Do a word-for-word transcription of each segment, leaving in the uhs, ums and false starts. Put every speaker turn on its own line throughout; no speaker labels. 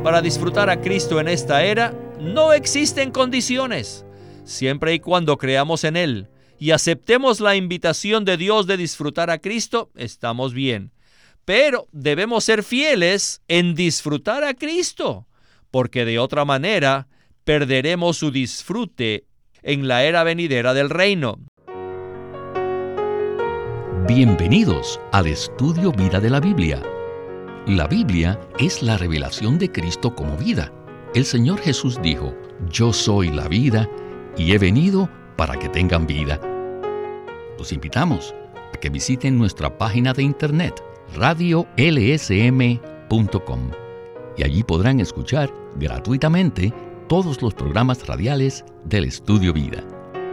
Para disfrutar a Cristo en esta era, no existen condiciones. Siempre y cuando creamos en Él y aceptemos la invitación de Dios de disfrutar a Cristo, estamos bien. Pero debemos ser fieles en disfrutar a Cristo, porque de otra manera perderemos su disfrute en la era venidera del reino.
Bienvenidos al Estudio Vida de la Biblia. La Biblia es la revelación de Cristo como vida. El Señor Jesús dijo: Yo soy la vida y he venido para que tengan vida. Los invitamos a que visiten nuestra página de internet radio l s m punto com y allí podrán escuchar gratuitamente todos los programas radiales del Estudio Vida.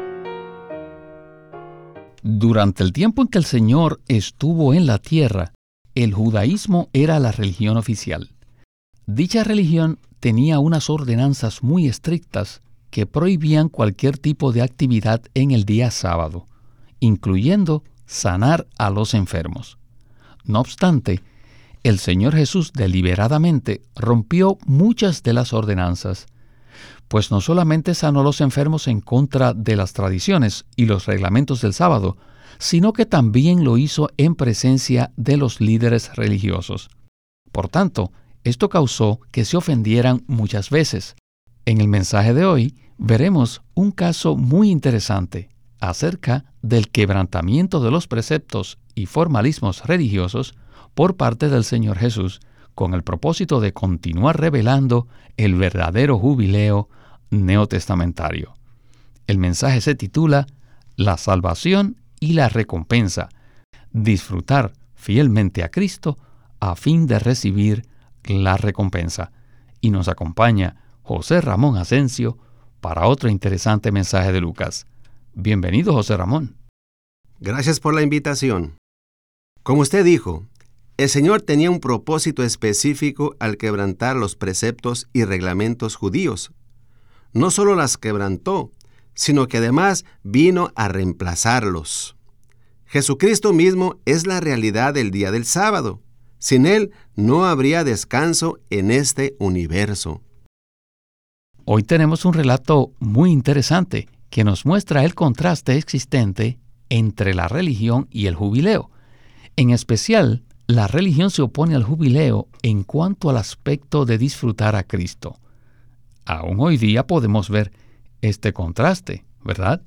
Durante el tiempo en que el Señor estuvo en la tierra, el judaísmo era la religión oficial. Dicha religión tenía unas ordenanzas muy estrictas que prohibían cualquier tipo de actividad en el día sábado, incluyendo sanar a los enfermos. No obstante, el Señor Jesús deliberadamente rompió muchas de las ordenanzas, pues no solamente sanó a los enfermos en contra de las tradiciones y los reglamentos del sábado, sino que también lo hizo en presencia de los líderes religiosos. Por tanto, esto causó que se ofendieran muchas veces. En el mensaje de hoy veremos un caso muy interesante acerca del quebrantamiento de los preceptos y formalismos religiosos por parte del Señor Jesús, con el propósito de continuar revelando el verdadero jubileo neotestamentario. El mensaje se titula La salvación y la recompensa, disfrutar fielmente a Cristo a fin de recibir la recompensa. Y nos acompaña José Ramón Asensio para otro interesante mensaje de Lucas. Bienvenido, José Ramón.
Gracias por la invitación. Como usted dijo, el Señor tenía un propósito específico al quebrantar los preceptos y reglamentos judíos. No solo las quebrantó, sino que además vino a reemplazarlos. Jesucristo mismo es la realidad del día del sábado. Sin Él no habría descanso en este universo.
Hoy tenemos un relato muy interesante que nos muestra el contraste existente entre la religión y el jubileo. En especial, la religión se opone al jubileo en cuanto al aspecto de disfrutar a Cristo. Aún hoy día podemos ver este contraste, ¿verdad?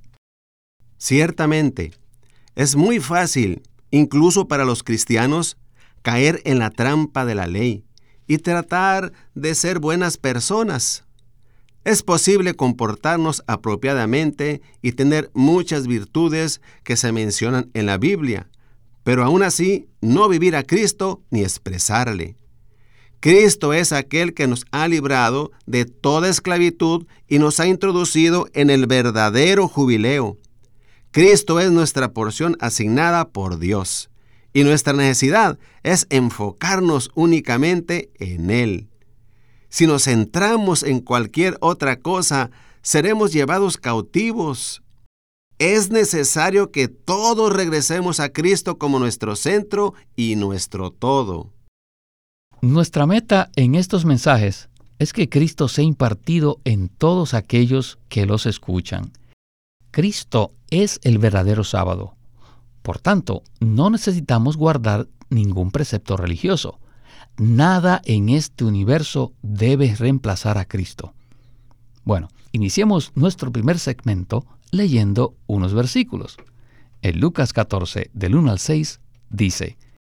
Ciertamente, es muy fácil, incluso para los cristianos, caer en la trampa de la ley y tratar de ser buenas personas. Es posible comportarnos apropiadamente y tener muchas virtudes que se mencionan en la Biblia, pero aún así no vivir a Cristo ni expresarle. Cristo es aquel que nos ha librado de toda esclavitud y nos ha introducido en el verdadero jubileo. Cristo es nuestra porción asignada por Dios, y nuestra necesidad es enfocarnos únicamente en Él. Si nos centramos en cualquier otra cosa, seremos llevados cautivos. Es necesario que todos regresemos a Cristo como nuestro centro y nuestro todo.
Nuestra meta en estos mensajes es que Cristo sea impartido en todos aquellos que los escuchan. Cristo es el verdadero sábado. Por tanto, no necesitamos guardar ningún precepto religioso. Nada en este universo debe reemplazar a Cristo. Bueno, iniciemos nuestro primer segmento leyendo unos versículos. En Lucas catorce, del uno al seis, dice: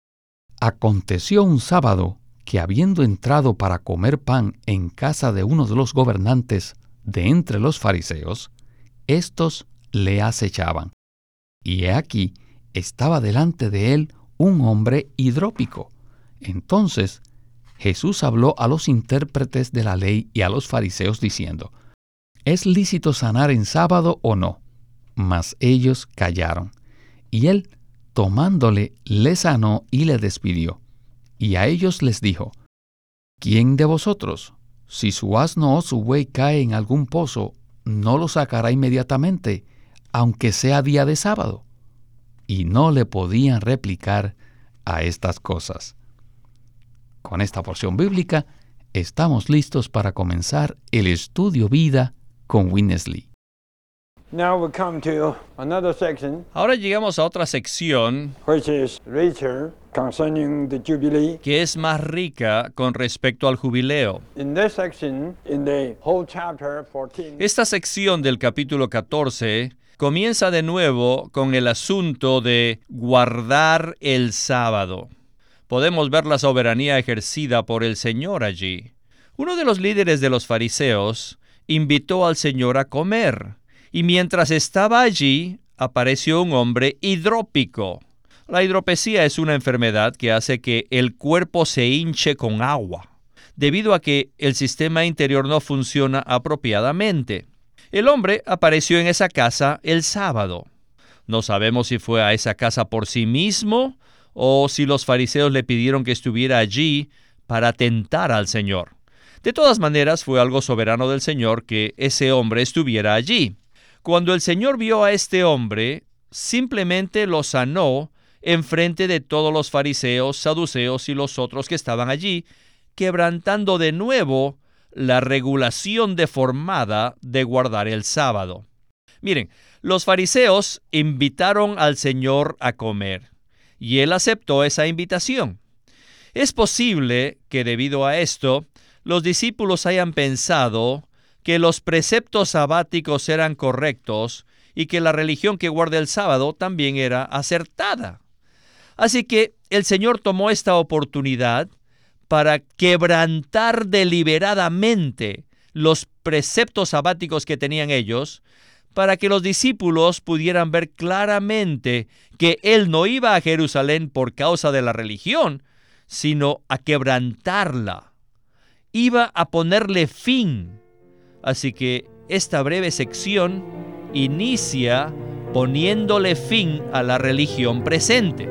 Aconteció un sábado que, habiendo entrado para comer pan en casa de uno de los gobernantes de entre los fariseos, éstos le acechaban. Y he aquí, estaba delante de él un hombre hidrópico. Entonces Jesús habló a los intérpretes de la ley y a los fariseos diciendo: ¿Es lícito sanar en sábado o no? Mas ellos callaron. Y él, tomándole, le sanó y le despidió. Y a ellos les dijo: ¿Quién de vosotros, si su asno o su buey cae en algún pozo, no lo sacará inmediatamente, aunque sea día de sábado? Y no le podían replicar a estas cosas. Con esta porción bíblica estamos listos para comenzar el estudio vida con Witness Lee.
Now we come to another section,
Ahora llegamos a otra sección
which is richer concerning the Jubilee.
que es más rica con respecto al jubileo.
In this section, in the whole chapter fourteen,
Esta sección del capítulo catorce comienza de nuevo con el asunto de guardar el sábado. Podemos ver la soberanía ejercida por el Señor allí. Uno de los líderes de los fariseos invitó al Señor a comer, y mientras estaba allí, apareció un hombre hidrópico. La hidropesía es una enfermedad que hace que el cuerpo se hinche con agua, debido a que el sistema interior no funciona apropiadamente. El hombre apareció en esa casa el sábado. No sabemos si fue a esa casa por sí mismo o si los fariseos le pidieron que estuviera allí para tentar al Señor. De todas maneras, fue algo soberano del Señor que ese hombre estuviera allí. Cuando el Señor vio a este hombre, simplemente lo sanó enfrente de todos los fariseos, saduceos y los otros que estaban allí, quebrantando de nuevo la regulación deformada de guardar el sábado. Miren, los fariseos invitaron al Señor a comer, y Él aceptó esa invitación. Es posible que debido a esto, los discípulos hayan pensado que los preceptos sabáticos eran correctos y que la religión que guarda el sábado también era acertada. Así que el Señor tomó esta oportunidad para quebrantar deliberadamente los preceptos sabáticos que tenían ellos, para que los discípulos pudieran ver claramente que Él no iba a Jerusalén por causa de la religión, sino a quebrantarla. Iba a ponerle fin. Así que esta breve sección inicia poniéndole fin a la religión presente.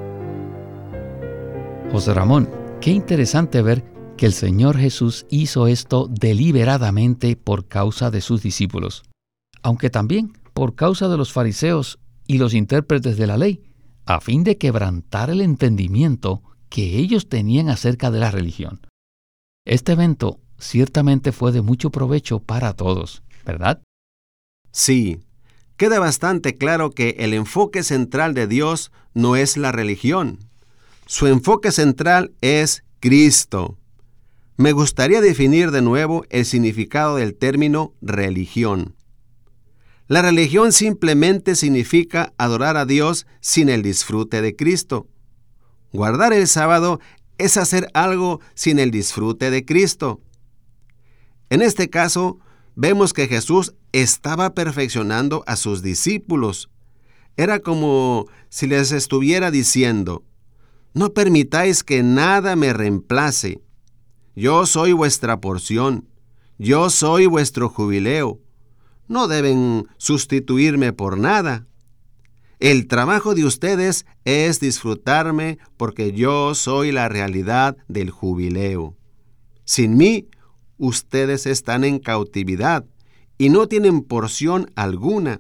José Ramón, qué interesante ver que el Señor Jesús hizo esto deliberadamente por causa de sus discípulos, aunque también por causa de los fariseos y los intérpretes de la ley, a fin de quebrantar el entendimiento que ellos tenían acerca de la religión. Este evento ciertamente fue de mucho provecho para todos, ¿verdad?
Sí, queda bastante claro que el enfoque central de Dios no es la religión. Su enfoque central es Cristo. Me gustaría definir de nuevo el significado del término religión. La religión simplemente significa adorar a Dios sin el disfrute de Cristo. Guardar el sábado es hacer algo sin el disfrute de Cristo. En este caso, vemos que Jesús estaba perfeccionando a sus discípulos. Era como si les estuviera diciendo: no permitáis que nada me reemplace. Yo soy vuestra porción. Yo soy vuestro jubileo. No deben sustituirme por nada. El trabajo de ustedes es disfrutarme porque yo soy la realidad del jubileo. Sin mí, ustedes están en cautividad y no tienen porción alguna.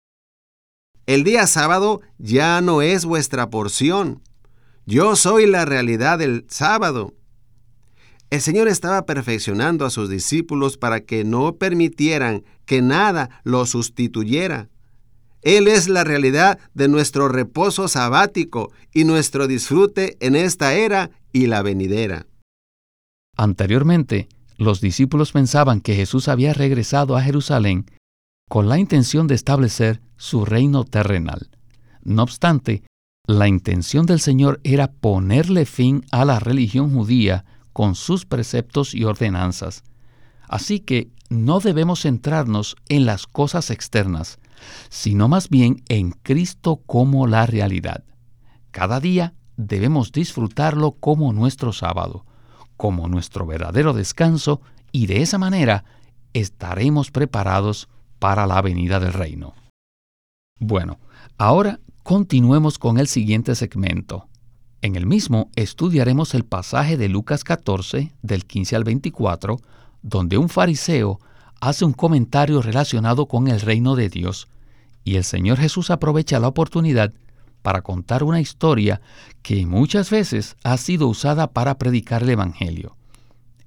El día sábado ya no es vuestra porción. Yo soy la realidad del sábado. El Señor estaba perfeccionando a sus discípulos para que no permitieran que nada los sustituyera. Él es la realidad de nuestro reposo sabático y nuestro disfrute en esta era y la venidera.
Anteriormente, los discípulos pensaban que Jesús había regresado a Jerusalén con la intención de establecer su reino terrenal. No obstante, la intención del Señor era ponerle fin a la religión judía con sus preceptos y ordenanzas. Así que no debemos centrarnos en las cosas externas, sino más bien en Cristo como la realidad. Cada día debemos disfrutarlo como nuestro sábado, como nuestro verdadero descanso, y de esa manera estaremos preparados para la venida del reino. Bueno, ahora continuemos con el siguiente segmento. En el mismo estudiaremos el pasaje de Lucas catorce, del quince al veinticuatro, donde un fariseo hace un comentario relacionado con el reino de Dios, y el Señor Jesús aprovecha la oportunidad para contar una historia que muchas veces ha sido usada para predicar el Evangelio.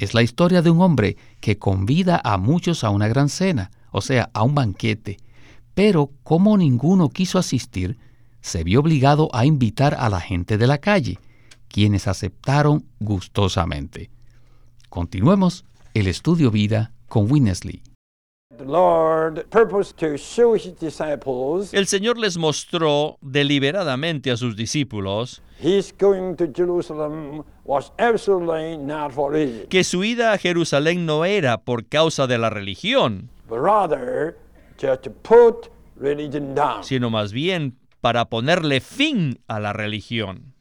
Es la historia de un hombre que convida a muchos a una gran cena, o sea, a un banquete. Pero como ninguno quiso asistir, se vio obligado a invitar a la gente de la calle, quienes aceptaron gustosamente. Continuemos el estudio vida con Winnesley.
The Lord purposed to show his disciples
El Señor les mostró deliberadamente a sus discípulos
his going to Jerusalem was absolutely not for religion,
que su ida a Jerusalén no era por causa de la religión,
but rather just to put religion down.
sino más bien para ponerle fin a la religión.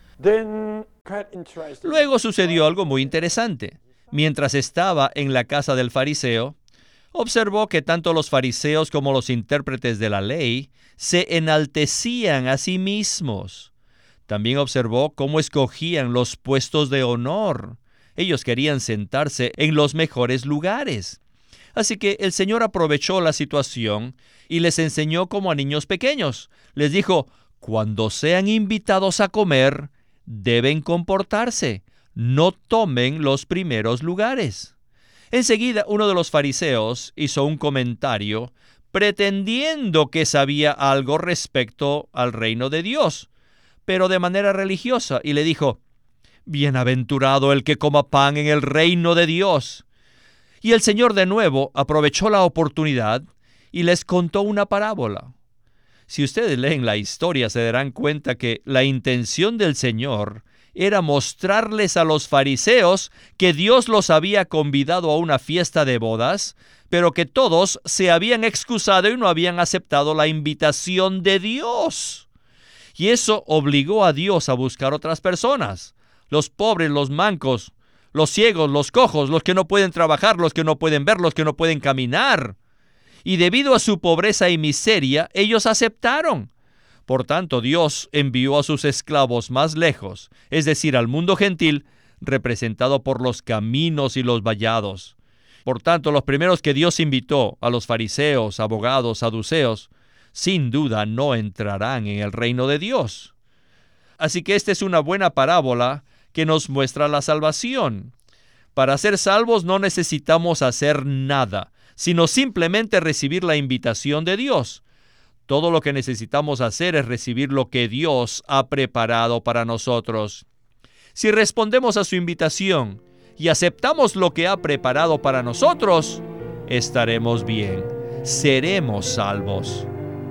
Then, quite interesting.
Luego sucedió algo muy interesante. Mientras estaba en la casa del fariseo, observó que tanto los fariseos como los intérpretes de la ley se enaltecían a sí mismos. También observó cómo escogían los puestos de honor. Ellos querían sentarse en los mejores lugares. Así que el Señor aprovechó la situación y les enseñó como a niños pequeños. Les dijo, cuando sean invitados a comer, deben comportarse. No tomen los primeros lugares. Enseguida, uno de los fariseos hizo un comentario pretendiendo que sabía algo respecto al reino de Dios, pero de manera religiosa, y le dijo, «Bienaventurado el que coma pan en el reino de Dios». Y el Señor de nuevo aprovechó la oportunidad y les contó una parábola. Si ustedes leen la historia, se darán cuenta que la intención del Señor era mostrarles a los fariseos que Dios los había convidado a una fiesta de bodas, pero que todos se habían excusado y no habían aceptado la invitación de Dios. Y eso obligó a Dios a buscar otras personas, los pobres, los mancos, los ciegos, los cojos, los que no pueden trabajar, los que no pueden ver, los que no pueden caminar. Y debido a su pobreza y miseria, ellos aceptaron. Por tanto, Dios envió a sus esclavos más lejos, es decir, al mundo gentil, representado por los caminos y los vallados. Por tanto, los primeros que Dios invitó, a los fariseos, abogados, saduceos, sin duda no entrarán en el reino de Dios. Así que esta es una buena parábola que nos muestra la salvación. Para ser salvos no necesitamos hacer nada, sino simplemente recibir la invitación de Dios. Todo lo que necesitamos hacer es recibir lo que Dios ha preparado para nosotros. Si respondemos a su invitación y aceptamos lo que ha preparado para nosotros, estaremos bien, seremos salvos.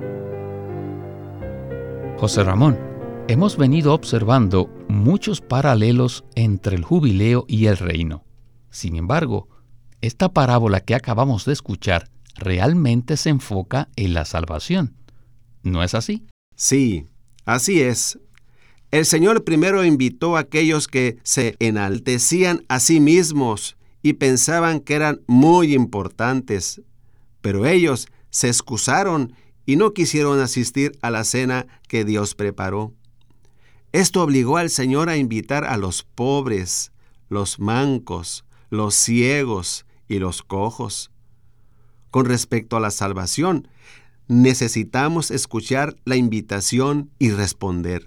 José Ramón, hemos venido observando muchos paralelos entre el jubileo y el reino. Sin embargo, esta parábola que acabamos de escuchar realmente se enfoca en la salvación. ¿No es así?
Sí, así es. El Señor primero invitó a aquellos que se enaltecían a sí mismos y pensaban que eran muy importantes, pero ellos se excusaron y no quisieron asistir a la cena que Dios preparó. Esto obligó al Señor a invitar a los pobres, los mancos, los ciegos y los cojos. Con respecto a la salvación, necesitamos escuchar la invitación y responder.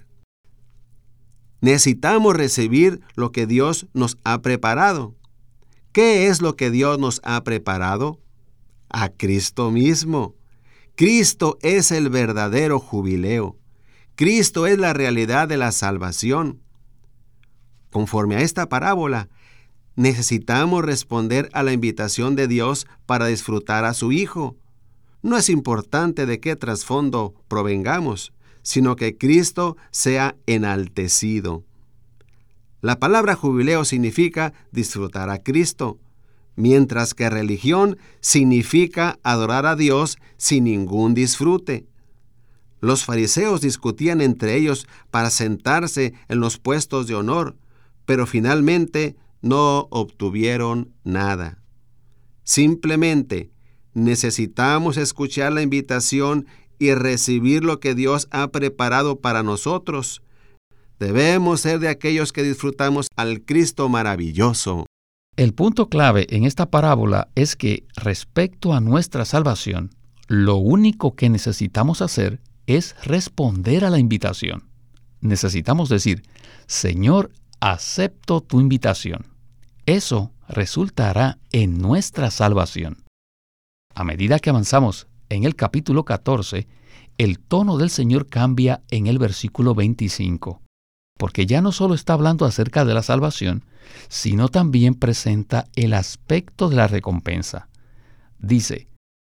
Necesitamos recibir lo que Dios nos ha preparado. ¿Qué es lo que Dios nos ha preparado? A Cristo mismo. Cristo es el verdadero jubileo. Cristo es la realidad de la salvación. Conforme a esta parábola, necesitamos responder a la invitación de Dios para disfrutar a su Hijo. No es importante de qué trasfondo provengamos, sino que Cristo sea enaltecido. La palabra jubileo significa disfrutar a Cristo, mientras que religión significa adorar a Dios sin ningún disfrute. Los fariseos discutían entre ellos para sentarse en los puestos de honor, pero finalmente no obtuvieron nada. Simplemente necesitamos escuchar la invitación y recibir lo que Dios ha preparado para nosotros. Debemos ser de aquellos que disfrutamos al Cristo maravilloso.
El punto clave en esta parábola es que, respecto a nuestra salvación, lo único que necesitamos hacer es responder a la invitación. Necesitamos decir, Señor, acepto tu invitación. Eso resultará en nuestra salvación. A medida que avanzamos en el capítulo catorce, el tono del Señor cambia en el versículo veinticinco, porque ya no solo está hablando acerca de la salvación, sino también presenta el aspecto de la recompensa. Dice: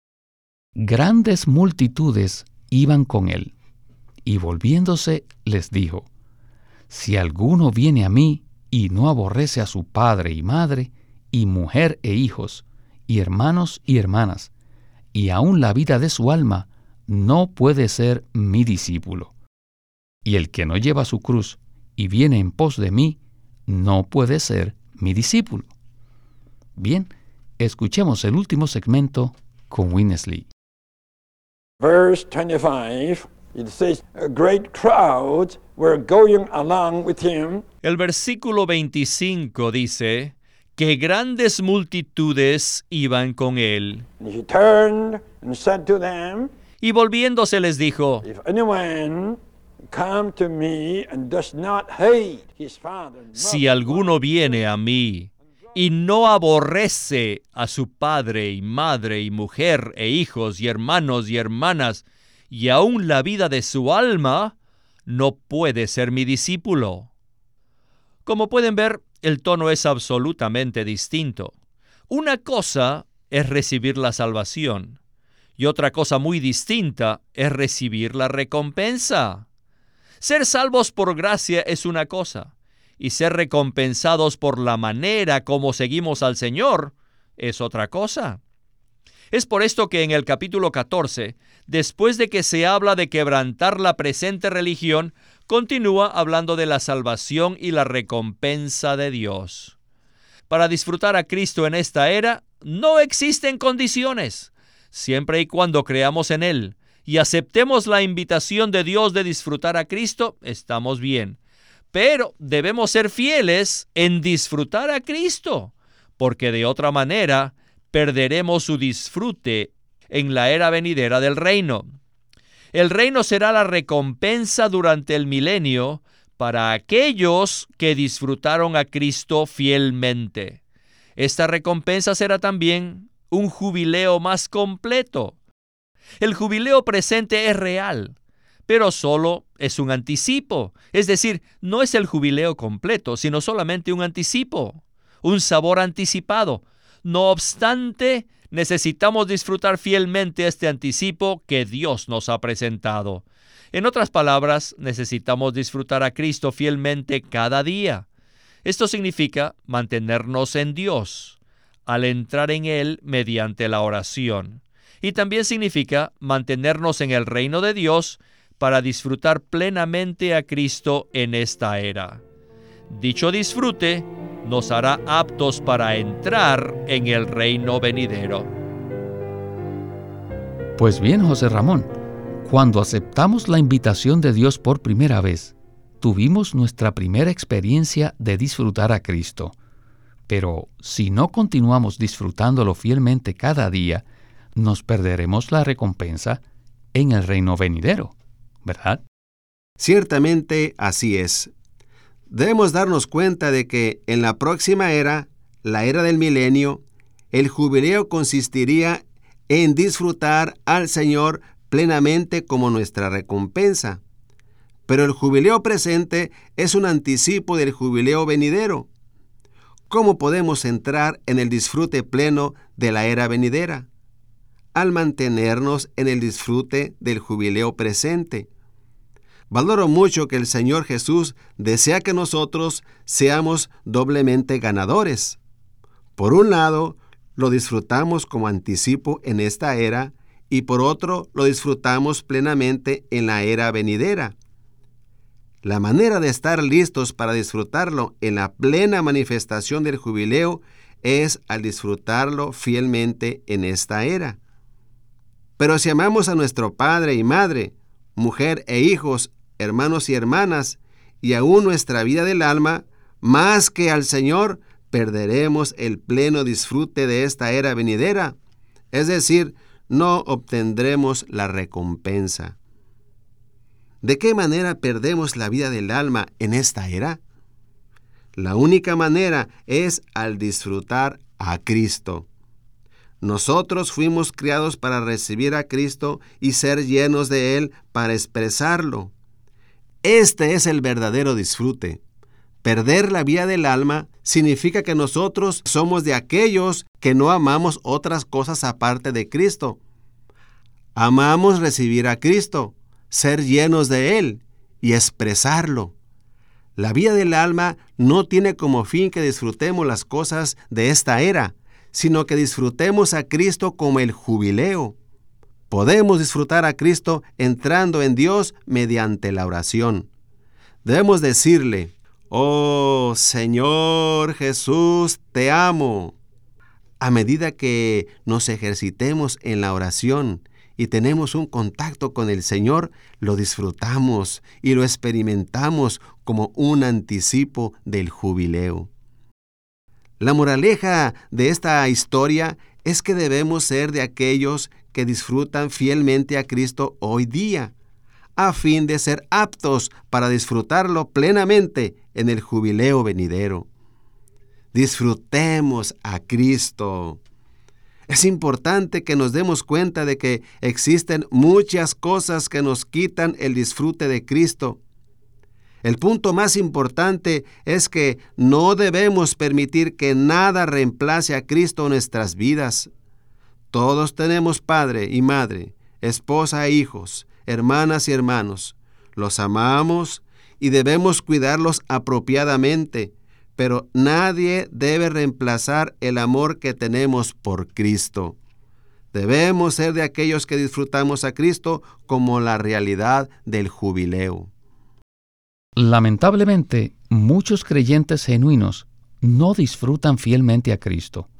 grandes multitudes iban con él, y volviéndose les dijo: si alguno viene a mí y no aborrece a su padre y madre, y mujer e hijos, y hermanos y hermanas, y aun la vida de su alma, no puede ser mi discípulo. Y el que no lleva su cruz y viene en pos de mí, no puede ser mi discípulo. Bien, escuchemos el último segmento con Winnesley.
Verse twenty-five, it says, a great crowd were going along with him.
El versículo veinticinco dice que grandes multitudes iban con él.
And he turned and said to them,
Y volviéndose les dijo:
if anyone come to me and does not hate his father and
si
mother,
alguno viene a mí y no aborrece a su padre y madre y mujer e hijos y hermanos y hermanas y aun la vida de su alma, no puede ser mi discípulo. Como pueden ver, el tono es absolutamente distinto. Una cosa es recibir la salvación y otra cosa muy distinta es recibir la recompensa. Ser salvos por gracia es una cosa, y ser recompensados por la manera como seguimos al Señor es otra cosa. Es por esto que en el capítulo catorce, después de que se habla de quebrantar la presente religión, continúa hablando de la salvación y la recompensa de Dios. Para disfrutar a Cristo en esta era, no existen condiciones, siempre y cuando creamos en Él y aceptemos la invitación de Dios de disfrutar a Cristo, estamos bien. Pero debemos ser fieles en disfrutar a Cristo, porque de otra manera perderemos su disfrute en la era venidera del reino. El reino será la recompensa durante el milenio para aquellos que disfrutaron a Cristo fielmente. Esta recompensa será también un jubileo más completo. El jubileo presente es real, pero solo es un anticipo. Es decir, no es el jubileo completo, sino solamente un anticipo, un sabor anticipado. No obstante, necesitamos disfrutar fielmente este anticipo que Dios nos ha presentado. En otras palabras, necesitamos disfrutar a Cristo fielmente cada día. Esto significa mantenernos en Dios, al entrar en Él mediante la oración. Y también significa mantenernos en el reino de Dios para disfrutar plenamente a Cristo en esta era. Dicho disfrute nos hará aptos para entrar en el reino venidero.
Pues bien, José Ramón, cuando aceptamos la invitación de Dios por primera vez, tuvimos nuestra primera experiencia de disfrutar a Cristo. Pero si no continuamos disfrutándolo fielmente cada día, nos perderemos la recompensa en el reino venidero, ¿verdad?
Ciertamente así es. Debemos darnos cuenta de que en la próxima era, la era del milenio, el jubileo consistiría en disfrutar al Señor plenamente como nuestra recompensa. Pero el jubileo presente es un anticipo del jubileo venidero. ¿Cómo podemos entrar en el disfrute pleno de la era venidera? Al mantenernos en el disfrute del jubileo presente. Valoro mucho que el Señor Jesús desea que nosotros seamos doblemente ganadores. Por un lado, lo disfrutamos como anticipo en esta era y por otro, lo disfrutamos plenamente en la era venidera. La manera de estar listos para disfrutarlo en la plena manifestación del jubileo es al disfrutarlo fielmente en esta era. Pero si amamos a nuestro padre y madre, mujer e hijos, hermanos y hermanas, y aún nuestra vida del alma, más que al Señor, perderemos el pleno disfrute de esta era venidera. Es decir, no obtendremos la recompensa. ¿De qué manera perdemos la vida del alma en esta era? La única manera es al disfrutar a Cristo. Nosotros fuimos criados para recibir a Cristo y ser llenos de Él para expresarlo. Este es el verdadero disfrute. Perder la vida del alma significa que nosotros somos de aquellos que no amamos otras cosas aparte de Cristo. Amamos recibir a Cristo, ser llenos de Él y expresarlo. La vida del alma no tiene como fin que disfrutemos las cosas de esta era, sino que disfrutemos a Cristo como el jubileo. Podemos disfrutar a Cristo entrando en Dios mediante la oración. Debemos decirle: «Oh Señor Jesús, te amo». A medida que nos ejercitemos en la oración y tenemos un contacto con el Señor, lo disfrutamos y lo experimentamos como un anticipo del jubileo. La moraleja de esta historia es que debemos ser de aquellos que disfrutan fielmente a Cristo hoy día, a fin de ser aptos para disfrutarlo plenamente en el jubileo venidero. Disfrutemos a Cristo. Es importante que nos demos cuenta de que existen muchas cosas que nos quitan el disfrute de Cristo. El punto más importante es que no debemos permitir que nada reemplace a Cristo en nuestras vidas. Todos tenemos padre y madre, esposa e hijos, hermanas y hermanos. Los amamos y debemos cuidarlos apropiadamente, pero nadie debe reemplazar el amor que tenemos por Cristo. Debemos ser de aquellos que disfrutamos a Cristo como la realidad del jubileo.
Lamentablemente, muchos creyentes genuinos no disfrutan fielmente a Cristo.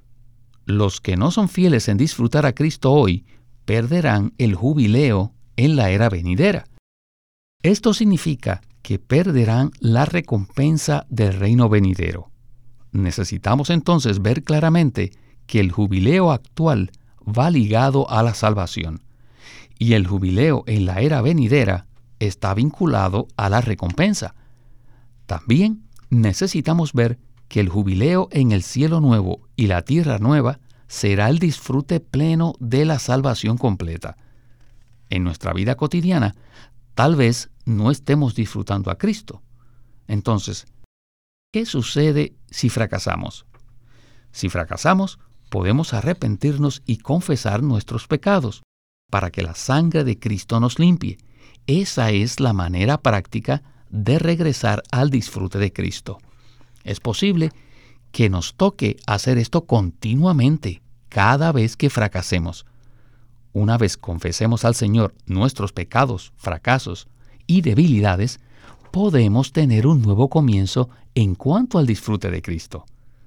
Los que no son fieles en disfrutar a Cristo hoy perderán el jubileo en la era venidera. Esto significa que perderán la recompensa del reino venidero. Necesitamos entonces ver claramente que el jubileo actual va ligado a la salvación, y el jubileo en la era venidera está vinculado a la recompensa. También necesitamos ver que el jubileo en el cielo nuevo y la tierra nueva será el disfrute pleno de la salvación completa. En nuestra vida cotidiana, tal vez no estemos disfrutando a Cristo. Entonces, ¿qué sucede si fracasamos? Si fracasamos, podemos arrepentirnos y confesar nuestros pecados, para que la sangre de Cristo nos limpie. Esa es la manera práctica de regresar al disfrute de Cristo. Es posible que nos toque hacer esto continuamente, cada vez que fracasemos. Una vez confesemos al Señor nuestros pecados, fracasos y debilidades, podemos tener un nuevo comienzo en cuanto al disfrute de Cristo.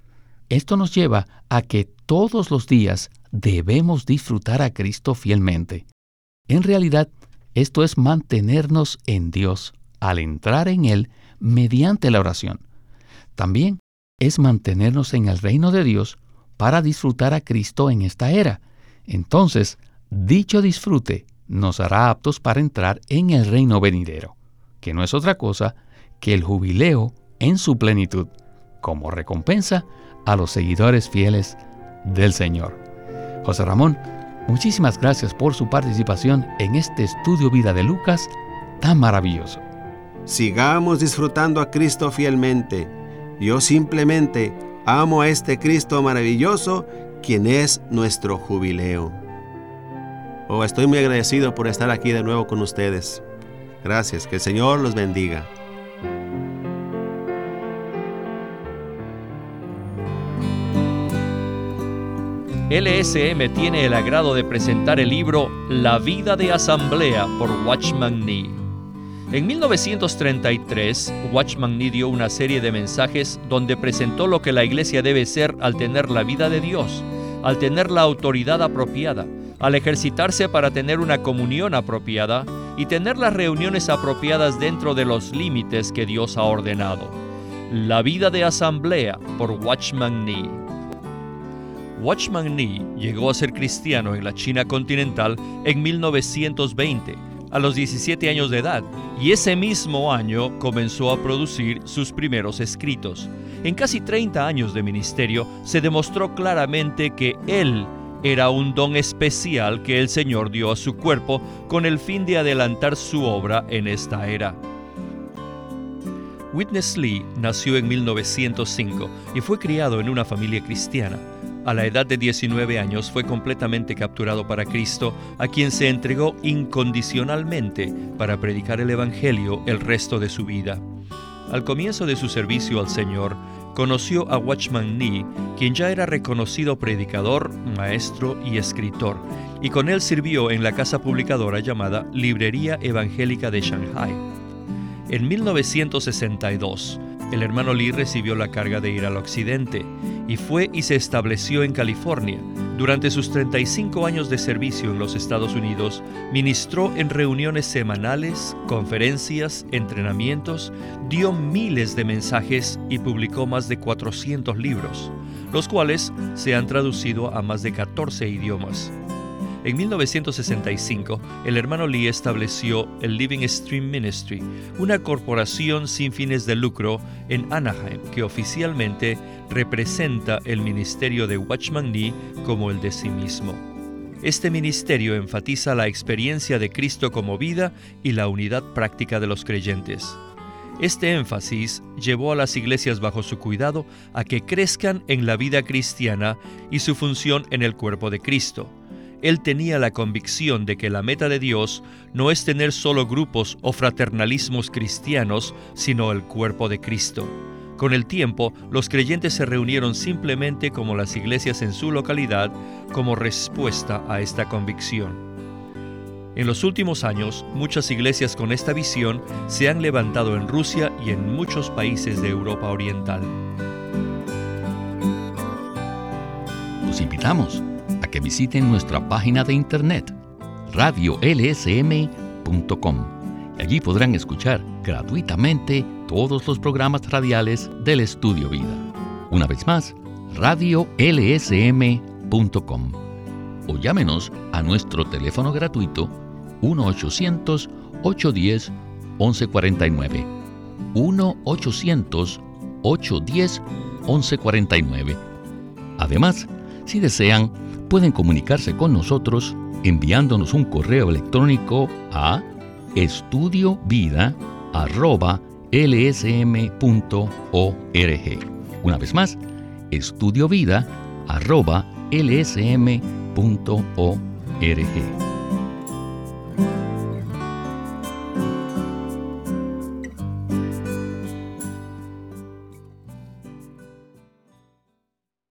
Esto nos lleva a que todos los días debemos disfrutar a Cristo fielmente. En realidad, esto es mantenernos en Dios al entrar en Él mediante la oración. También es mantenernos en el reino de Dios para disfrutar a Cristo en esta era. Entonces, dicho disfrute nos hará aptos para entrar en el reino venidero, que no es otra cosa que el jubileo en su plenitud, como recompensa a los seguidores fieles del Señor. José Ramón, muchísimas gracias por su participación en este estudio vida de Lucas tan maravilloso.
Sigamos disfrutando a Cristo fielmente. Yo simplemente amo a este Cristo maravilloso, quien es nuestro jubileo. Oh, estoy muy agradecido por estar aquí de nuevo con ustedes. Gracias, que el Señor los bendiga.
L S M tiene el agrado de presentar el libro La vida de asamblea por Watchman Nee. En mil novecientos treinta y tres, Watchman Nee dio una serie de mensajes donde presentó lo que la iglesia debe ser al tener la vida de Dios, al tener la autoridad apropiada, al ejercitarse para tener una comunión apropiada y tener las reuniones apropiadas dentro de los límites que Dios ha ordenado. La vida de asamblea por Watchman Nee. Watchman Nee llegó a ser cristiano en la China continental en mil novecientos veinte, a los diecisiete años de edad, y ese mismo año comenzó a producir sus primeros escritos. En casi treinta años de ministerio se demostró claramente que él era un don especial que el Señor dio a su cuerpo con el fin de adelantar su obra en esta era. Witness Lee nació en mil novecientos cinco y fue criado en una familia cristiana. A la edad de diecinueve años fue completamente capturado para Cristo, a quien se entregó incondicionalmente para predicar el Evangelio el resto de su vida. Al comienzo de su servicio al Señor, conoció a Watchman Nee, quien ya era reconocido predicador, maestro y escritor, y con él sirvió en la casa publicadora llamada Librería Evangélica de Shanghai. En mil novecientos sesenta y dos, el hermano Lee recibió la carga de ir al occidente y fue y se estableció en California. Durante sus treinta y cinco años de servicio en los Estados Unidos, ministró en reuniones semanales, conferencias, entrenamientos, dio miles de mensajes y publicó más de cuatrocientos libros, los cuales se han traducido a más de catorce idiomas. En mil novecientos sesenta y cinco, el hermano Lee estableció el Living Stream Ministry, una corporación sin fines de lucro en Anaheim que oficialmente representa el ministerio de Watchman Nee como el de sí mismo. Este ministerio enfatiza la experiencia de Cristo como vida y la unidad práctica de los creyentes. Este énfasis llevó a las iglesias bajo su cuidado a que crezcan en la vida cristiana y su función en el cuerpo de Cristo. Él tenía la convicción de que la meta de Dios no es tener solo grupos o fraternalismos cristianos, sino el cuerpo de Cristo. Con el tiempo, los creyentes se reunieron simplemente como las iglesias en su localidad, como respuesta a esta convicción. En los últimos años, muchas iglesias con esta visión se han levantado en Rusia y en muchos países de Europa Oriental.
Los invitamos a que visiten nuestra página de internet radio l s m punto com y allí podrán escuchar gratuitamente todos los programas radiales del Estudio Vida. Una vez más, radio l s m punto com o llámenos a nuestro teléfono gratuito uno ochocientos, ochocientos diez, once cuarenta y nueve uno ochocientos, ochocientos diez, once cuarenta y nueve. Además, si desean, pueden comunicarse con nosotros enviándonos un correo electrónico a estudiovida arroba l s m punto org. Una vez más, estudiovida arroba l s m punto org.